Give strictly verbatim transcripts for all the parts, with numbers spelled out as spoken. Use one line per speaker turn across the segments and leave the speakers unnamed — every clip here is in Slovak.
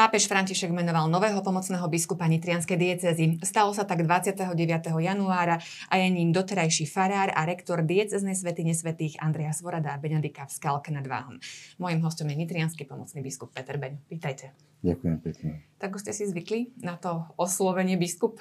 Pápež František menoval nového pomocného biskupa nitrianskej diecézy. Stalo sa tak dvadsiateho deviateho januára a je ním doterajší farár a rektor diecéznej svätyne svätých Andreja Svorada a Benedika v Skalke nad Váhom. Mojím hostom je nitriansky pomocný biskup Peter Beňo. Vítajte.
Ďakujem pekne.
Tak už ste si zvykli na to oslovenie biskup?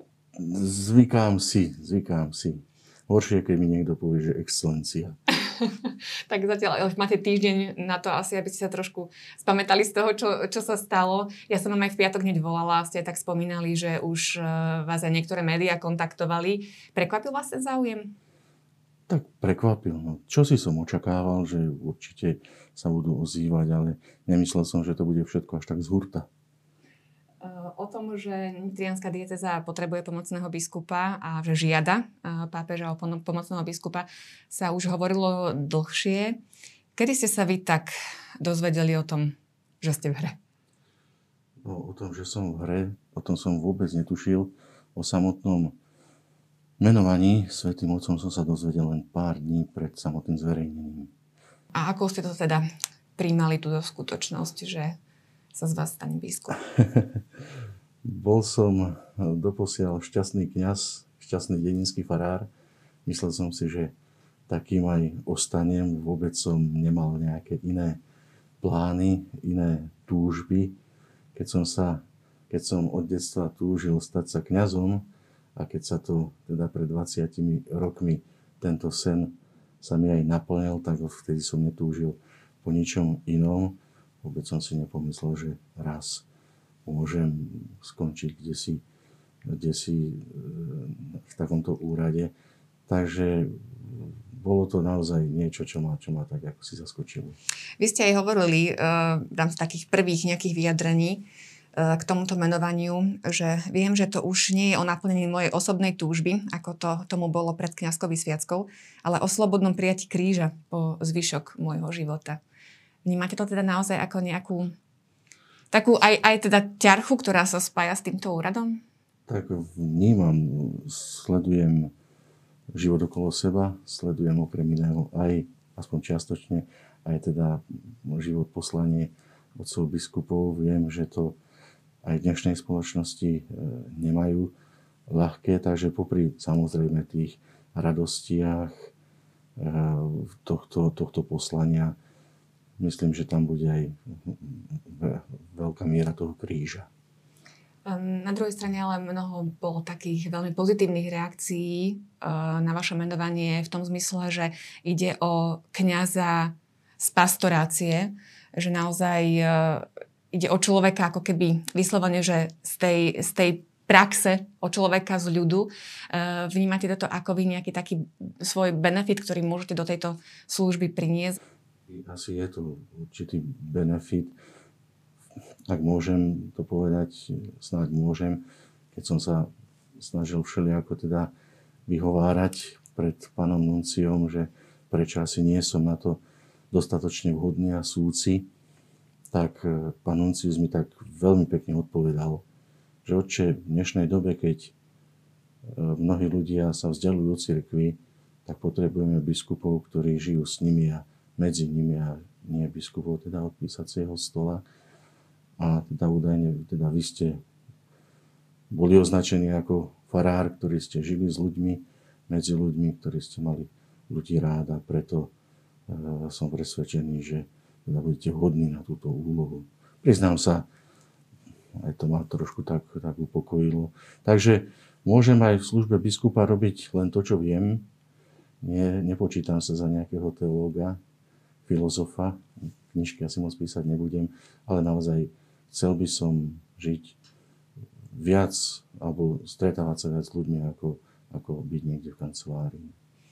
Zvykám si, zvykám si. Horšie, keď mi niekto povie, že excelencia.
Tak zatiaľ máte týždeň na to asi, aby ste sa trošku spamätali z toho, čo, čo sa stalo. Ja som vám aj v piatok hneď volala a ste tak spomínali, že už vás aj niektoré médiá kontaktovali. Prekvapil vás ten záujem?
Tak prekvapil. No. Čo si som očakával, že určite sa budú ozývať, ale nemyslel som, že to bude všetko až tak z hurta.
O tom, že nitrianska diecéza potrebuje pomocného biskupa a že žiada pápeža o pomocného biskupa, sa už hovorilo dlhšie. Kedy ste sa vy tak dozvedeli o tom, že ste v hre?
No, o tom, že som v hre, o tom som vôbec netušil. O samotnom menovaní svätým otcom som sa dozvedel len pár dní pred samotným zverejnením.
A ako ste to teda prijímali túto skutočnosť, že sa z vás stane biskup?
Bol som doposiaľ šťastný kňaz, šťastný dedinský farár. Myslel som si, že takým aj ostanem. Vôbec som nemal nejaké iné plány, iné túžby. Keď som, sa, keď som od detstva túžil stať sa kňazom a keď sa to teda pred dvadsiatimi rokmi tento sen sa mi aj naplnil, tak vtedy som netúžil po ničom inom. Vôbec som si nepomyslel, že raz môžem skončiť kdesi, kdesi v takomto úrade. Takže bolo to naozaj niečo, čo ma, čo ma tak ako si zaskočilo.
Vy ste aj hovorili, uh, dám z takých prvých nejakých vyjadrení uh, k tomuto menovaniu, že viem, že to už nie je o naplnení mojej osobnej túžby, ako to tomu bolo pred kňazskou sviackou, ale o slobodnom prijatí kríža po zvyšok môjho života. Vnímate to teda naozaj ako nejakú takú aj, aj teda ťarchu, ktorá sa spája s týmto úradom?
Tak vnímam, sledujem život okolo seba, sledujem okrem iného aj, aspoň čiastočne, aj teda život poslanie otcov biskupov. Viem, že to aj v dnešnej spoločnosti nemajú ľahké, takže popri samozrejme tých radostiach tohto, tohto poslania myslím, že tam bude aj veľká miera toho kríža.
Na druhej strane ale mnoho bolo takých veľmi pozitívnych reakcií na vaše menovanie v tom zmysle, že ide o kňaza z pastorácie, že naozaj ide o človeka ako keby vyslovene, že z tej, z tej praxe, o človeka z ľudu. Vnímate toto ako vy nejaký taký svoj benefit, ktorý môžete do tejto služby priniesť?
Asi je to určitý benefit. Ak môžem to povedať, snáď môžem, keď som sa snažil všelijako teda vyhovárať pred pánom nunciom, že prečo asi nie som na to dostatočne vhodný a súci, tak pán nuncius mi tak veľmi pekne odpovedal, že otče, v dnešnej dobe, keď mnohí ľudia sa vzdialujú od cirkvi, tak potrebujeme biskupov, ktorí žijú s nimi a medzi nimi a nie biskupov, teda od písacieho stola. A teda údajne, teda vy ste boli označení ako farár, ktorí ste žili s ľuďmi, medzi ľuďmi, ktorí ste mali ľudí rád a preto e, som presvedčený, že teda budete hodní na túto úlohu. Priznám sa, aj to ma trošku tak, tak upokojilo. Takže môžem aj v službe biskupa robiť len to, čo viem. Nie, nepočítam sa za nejakého teológa, filozofa, knižky asi moc písať nebudem, ale naozaj chcel by som žiť viac alebo stretávať sa viac s ľuďmi, ako, ako byť niekde v kancelárii.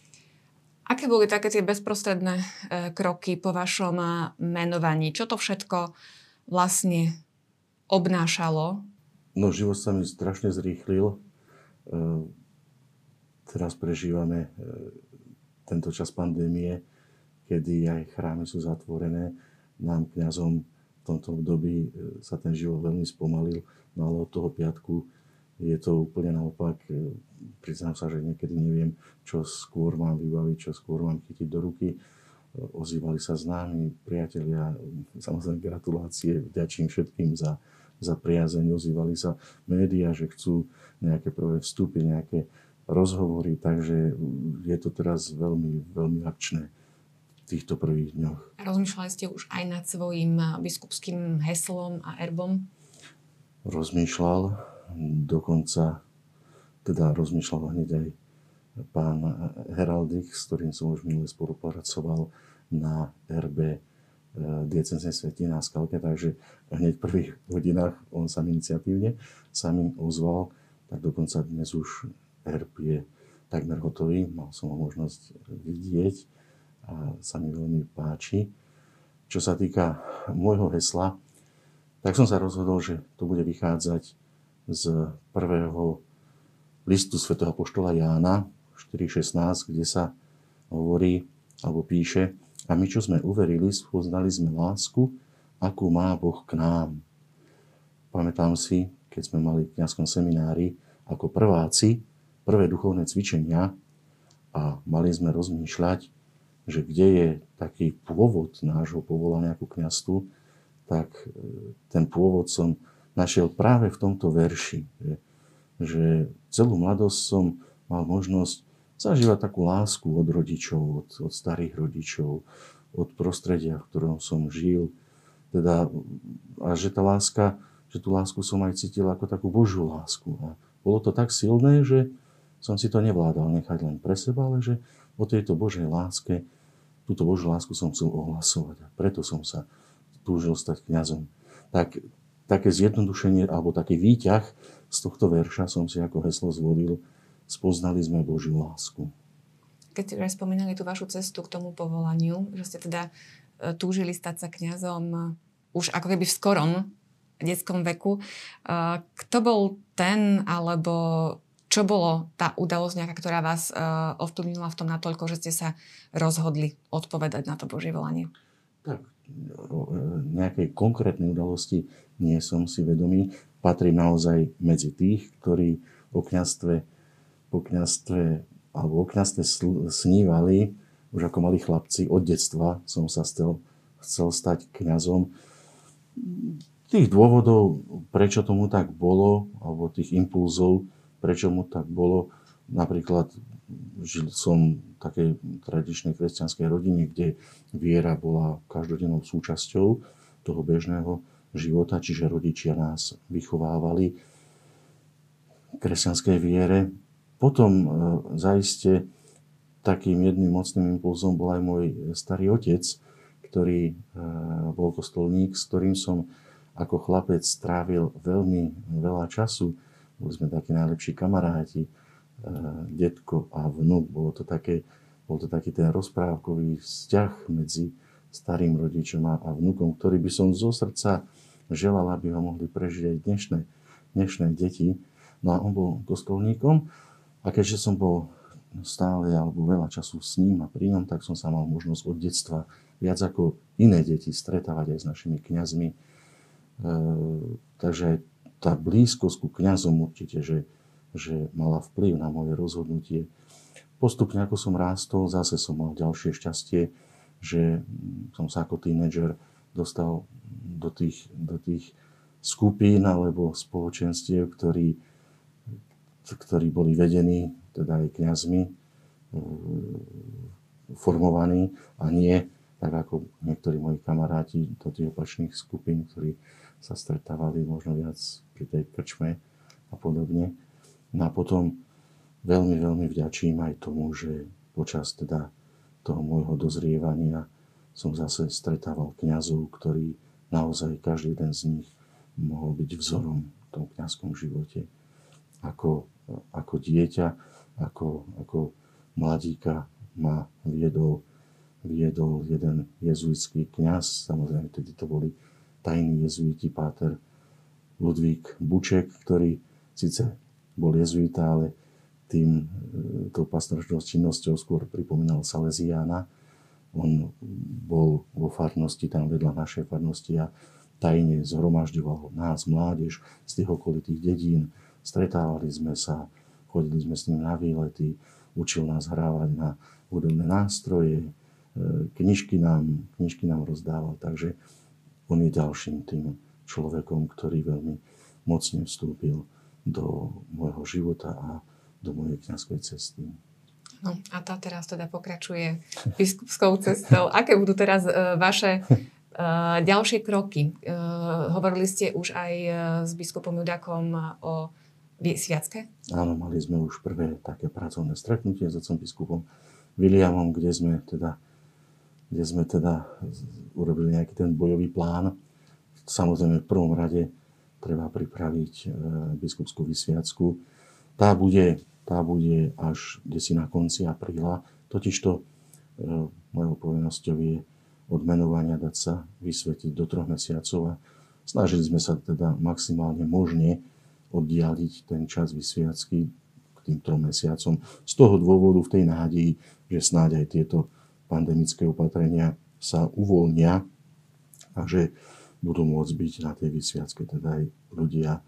Aké boli také tie bezprostredné e, kroky po vašom menovaní? Čo to všetko vlastne obnášalo?
No, život sa mi strašne zrýchlil. E, teraz prežívame e, tento čas pandémie, kedy aj chrámy sú zatvorené. Nám, kňazom, v tomto období sa ten život veľmi spomalil, no ale od toho piatku je to úplne naopak. Priznám sa, že niekedy neviem, čo skôr mám vybaviť, čo skôr mám chytiť do ruky. Ozývali sa známi, priatelia, samozrejme gratulácie, vďačím všetkým za za priazeň, ozývali sa médiá, že chcú nejaké prvé vstupy, nejaké rozhovory, takže je to teraz veľmi, veľmi akčné v týchto prvých dňoch.
Rozmýšľali ste už aj nad svojím biskupským heslom a erbom?
Rozmýšľal, dokonca teda rozmýšľal hneď aj pán Heraldik, s ktorým som už minule spolupracoval na erbe diecéznej svätyne na Skalke, takže hneď v prvých hodinách on sa iniciatívne sa mi ozval, tak dokonca dnes už erb je takmer hotový, mal som ho možnosť vidieť a sa mi veľmi páči. Čo sa týka môjho hesla, tak som sa rozhodol, že to bude vychádzať z prvého listu svätého apoštola Jána štyri šestnásť, kde sa hovorí alebo píše: a my, čo sme uverili, spoznali sme lásku, akú má Boh k nám. Pamätám si, keď sme mali v kňazskom seminári ako prváci prvé duchovné cvičenia a mali sme rozmýšľať, že kde je taký pôvod nášho povolania ku kňazstvu, tak ten pôvod som našiel práve v tomto verši, že, že celú mladosť som mal možnosť zažívať takú lásku od rodičov, od, od starých rodičov, od prostredia, v ktorom som žil. Teda, a že tá láska, že tú lásku som aj cítil ako takú Božiu lásku. A bolo to tak silné, že som si to nevládal nechať len pre seba, ale že o tejto Božej láske, túto Božiu lásku som chcel ohlasovať. A preto som sa túžil stať kňazom. Tak, také zjednodušenie, alebo taký výťah z tohto verša som si ako heslo zvolil: spoznali sme Božiu lásku.
Keď ste už spomínali tú vašu cestu k tomu povolaniu, že ste teda túžili stať sa kňazom už ako keby v skorom detskom veku, kto bol ten, alebo čo bolo tá udalosť nejaká, ktorá vás ovplyvnila v tom natoľko, že ste sa rozhodli odpovedať na to Božie volanie?
Tak, nejakej konkrétnej udalosti nie som si vedomý. Patrím naozaj medzi tých, ktorí o kňazstve po kňazstve, alebo o kňazstve snívali už ako malí chlapci. Od detstva som sa chcel, chcel stať kňazom. Tých dôvodov, prečo tomu tak bolo, alebo tých impulzov, prečo mu tak bolo, napríklad žil som v takej tradičnej kresťanskej rodine, kde viera bola každodennou súčasťou toho bežného života, čiže rodičia nás vychovávali kresťanskej viere. Potom e, zaiste takým jedným mocným impulzom bol aj môj starý otec, ktorý e, bol kostolník, s ktorým som ako chlapec strávil veľmi veľa času. Boli sme takí najlepší kamaráti, e, detko a vnuk. Bolo to také, bol to taký ten rozprávkový vzťah medzi starým rodičom a, a vnukom, ktorý by som zo srdca želal, aby ho mohli prežiť aj dnešné, dnešné deti. No a on bol kostolníkom. A keďže som bol stále alebo veľa času s ním a pri ňom, tak som sa mal možnosť od detstva viac ako iné deti stretávať aj s našimi kňazmi. E, takže tá blízkosť ku kňazom určite, že, že mala vplyv na moje rozhodnutie. Postupne, ako som rástol, zase som mal ďalšie šťastie, že som sa ako tínedžer dostal do tých, do tých skupín alebo spoločenstiev, ktorí ktorí boli vedení, teda aj kňazmi, formovaní a nie, tak ako niektorí moji kamaráti do tých opačných skupín, ktorí sa stretávali možno viac pri tej krčme a podobne. No a potom veľmi, veľmi vďačím aj tomu, že počas teda toho môjho dozrievania som zase stretával kňazov, ktorí naozaj každý jeden z nich mohol byť vzorom v tom kňazskom živote. Ako ako dieťa, ako, ako mladíka ma viedol, viedol jeden jezuitský kňaz, samozrejme tedy to boli tajní jezuiti, páter Ludvík Buček, ktorý síce bol jezuita, ale tým, tou pastoračnou činnosťou skôr pripomínal Salesiána. On bol vo farnosti, tam vedľa našej farnosti a tajne zhromažďoval nás, mládež z tých okolitých dedín. Stretávali sme sa, chodili sme s ním na výlety, učil nás hrávať na hudobné nástroje, knižky nám, knižky nám rozdával, takže on je ďalším tým človekom, ktorý veľmi mocne vstúpil do môjho života a do mojej kňazskej cesty.
No a tá teraz teda pokračuje biskupskou cestou. Aké budú teraz uh, vaše uh, ďalšie kroky? Uh, hovorili ste už aj uh, s biskupom Judákom o sviacke?
Áno, mali sme už prvé také pracovné stretnutie s otcom biskupom Williamom, kde sme teda, kde sme teda urobili nejaký ten bojový plán. Samozrejme v prvom rade treba pripraviť e, biskupskú vysviacku. Tá bude, tá bude až desi na konci apríla. Totižto e, mojou povinnosťou je od menovania dať sa vysvetiť do troch mesiacov a snažili sme sa teda maximálne možne oddialiť ten čas vysviacky k tým trom mesiacom. Z toho dôvodu v tej nádeji, že snáď aj tieto pandemické opatrenia sa uvoľnia a že budú môcť byť na tej vysviacke teda aj ľudia,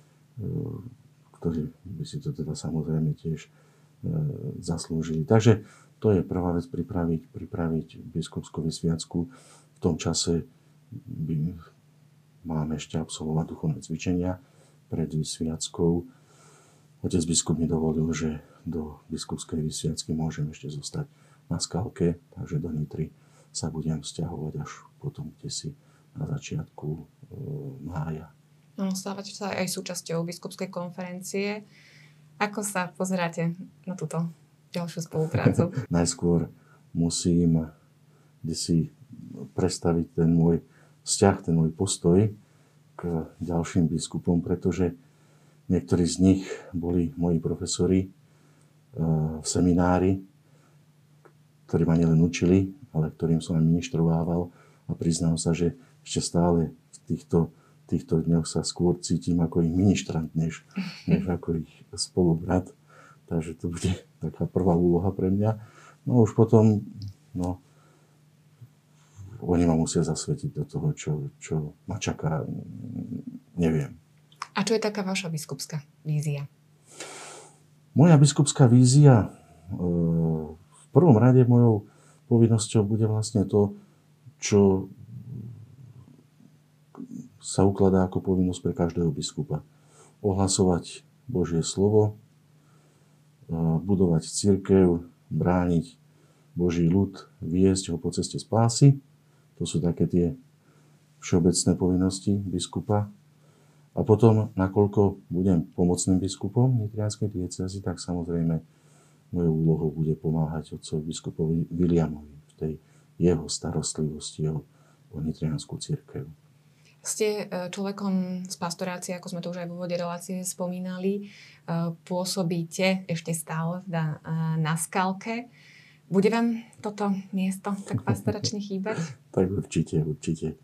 ktorí by si to teda samozrejme tiež zaslúžili. Takže to je prvá vec, pripraviť, pripraviť biskupskú vysviacku. V tom čase by, máme ešte absolvovať duchovné cvičenia pred vysviackou. Otec biskup mi dovolil, že do biskupskej vysviacky môžem ešte zostať na Skalke, takže do Nitry sa budem vzťahovať až potom, kde si na začiatku e, mája.
No, stávate sa aj súčasťou biskupskej konferencie. Ako sa pozeráte na túto ďalšiu spoluprácu?
Najskôr musím si predstaviť ten môj vzťah, ten môj postoj k ďalším biskupom, pretože niektorí z nich boli moji profesori e, v seminári, ktorí ma nielen učili, ale ktorým som aj ministrovával a priznám sa, že ešte stále v týchto, týchto dňoch sa skôr cítim ako ich ministrant, než, než ako ich spolubrat. Takže to bude taká prvá úloha pre mňa. No už potom, no, oni ma musia zasvetiť do toho, čo, čo ma čaká, neviem.
A čo je taká vaša biskupská vízia?
Moja biskupská vízia, v prvom rade mojou povinnosťou bude vlastne to, čo sa ukladá ako povinnosť pre každého biskupa. Ohlasovať Božie slovo, budovať cirkev, brániť Boží ľud, viesť ho po ceste spásy. To sú také tie všeobecné povinnosti biskupa. A potom, nakoľko budem pomocným biskupom nitrianskej diecézy, tak samozrejme mojou úlohou bude pomáhať otcovi biskupovi Williamovi v tej jeho starostlivosti o, o nitrianskú cirkev.
Ste človekom z pastorácie, ako sme to už aj v úvode relácie spomínali. Pôsobíte ešte stále na, na Skalke. Bude vám toto miesto tak pastoračne chýbať?
Tak určite, určite.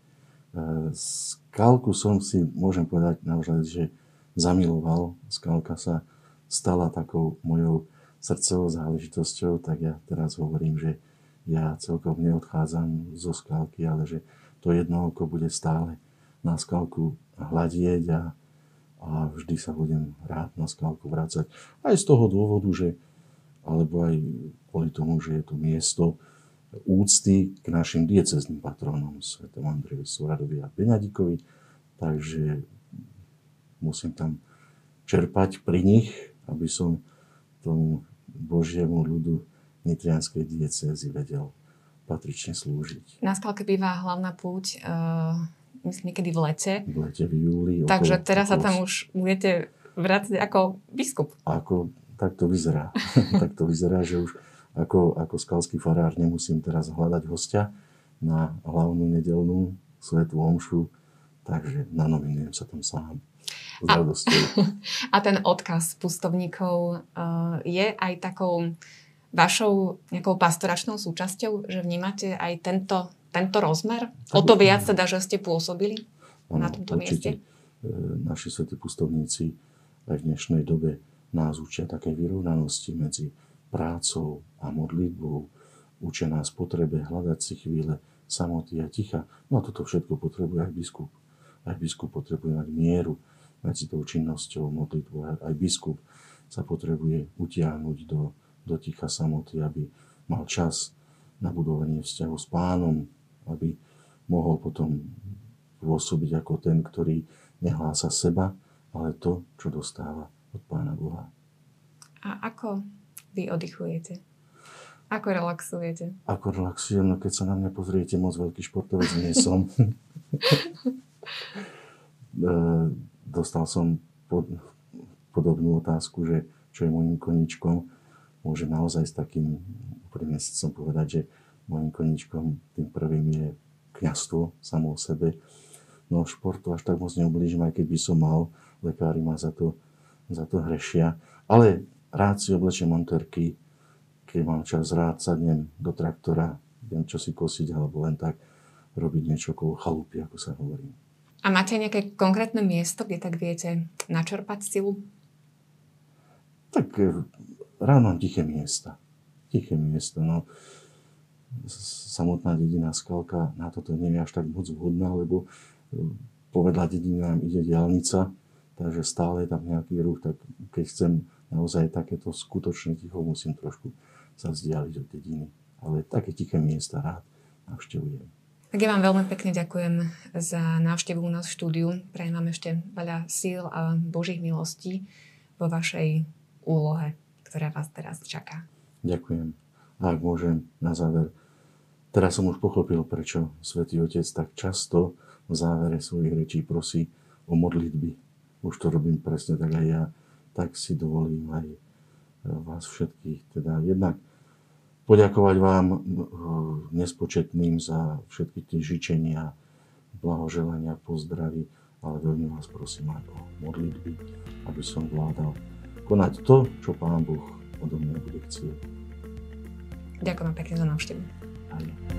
Skalku som si, môžem povedať naozaj, že zamiloval. Skalka sa stala takou mojou srdcovou záležitosťou, tak ja teraz hovorím, že ja celkom neodchádzam zo Skalky, ale že to jedno oko bude stále na Skalku hľadieť a, a vždy sa budem rád na Skalku vrácať. Aj z toho dôvodu, že, alebo aj kvôli tomu, že je to miesto úcty k našim diecézným patrónom, svätému Andrejovi Suradovi a Benedikovi, takže musím tam čerpať pri nich, aby som tomu Božiemu ľudu nitrianskej diecézy vedel patrične slúžiť.
Na Skalke býva hlavná púť, uh, myslím niekedy v lete.
V lete, v júli.
Takže
okolo,
teraz
okolo...
sa tam už budete vrácať ako biskup.
Ako, tak to vyzerá. tak to vyzerá, že už ako, ako skalský farár nemusím teraz hľadať hostia na hlavnú nedeľnú svätú omšu, takže nanominujem sa tam sám. S radosťou.
A ten odkaz pustovníkov uh, je aj takou vašou nejakou pastoračnou súčasťou, že vnímate aj tento, tento rozmer? O to viac teda, že ste pôsobili ano, na tomto
určite. Mieste? Naši svätí pustovníci aj v dnešnej dobe nás učia také vyrovnanosti medzi prácou a modlitbou. Učia nás potrebe hľadať si chvíle samoty a ticha. No a toto všetko potrebuje aj biskup. Aj biskup potrebuje mať mieru medzi tou činnosťou, modlitbou. Aj biskup sa potrebuje utiahnuť do, do ticha samoty, aby mal čas na budovanie vzťahu s Pánom, aby mohol potom pôsobiť ako ten, ktorý nehlása seba, ale to, čo dostáva od Pána Boha.
A ako vy oddychujete? Ako relaxujete?
Ako relaxujem, no keď sa na mňa pozriete, moc veľký športovec nie som. Dostal som pod, podobnú otázku, že čo je môjim koníčkom. Môžem naozaj s takým úprimne som povedať, že môjim koníčkom tým prvým je kňazstvo samo o sebe. No športu až tak moc neublížim, aj keď by som mal. Lekári ma za to, za to hrešia. Ale rád si oblečiem monterky, keď mám čas, rád sadnem do traktora, viem čo si kosiť, alebo len tak robiť niečo okolo chalupy, ako sa hovorí.
A máte nejaké konkrétne miesto, kde tak viete načerpať silu?
Tak rád mám tiché miesta. Tiché miesto, no. Samotná dedina Skalka na toto nie je až tak moc vhodná, lebo povedla dedina nám ide diaľnica, takže stále je tam nejaký ruch, tak keď chcem naozaj takéto skutočne ticho, musím trošku sa vzdialiť od dediny. Ale také tiché miesta rád navštevujem.
Tak ja vám veľmi pekne ďakujem za návštevu u nás v štúdiu. Prajem vám ešte veľa síl a Božích milostí vo vašej úlohe, ktorá vás teraz čaká.
Ďakujem. A ak môžem na záver, teraz som už pochopil, prečo Svätý Otec tak často v závere svojich rečí prosí o modlitby. Už to robím presne tak aj ja. Tak si dovolím aj vás všetkých. Teda jednak poďakovať vám nespočetným za všetky tie žičenia, blahoželania, pozdravy, ale veľmi vás prosím aj o modlitby, aby som vládal konať to, čo Pán Boh odo mňa bude chcieť.
Ďakujem pekne za návštevu.
Aj.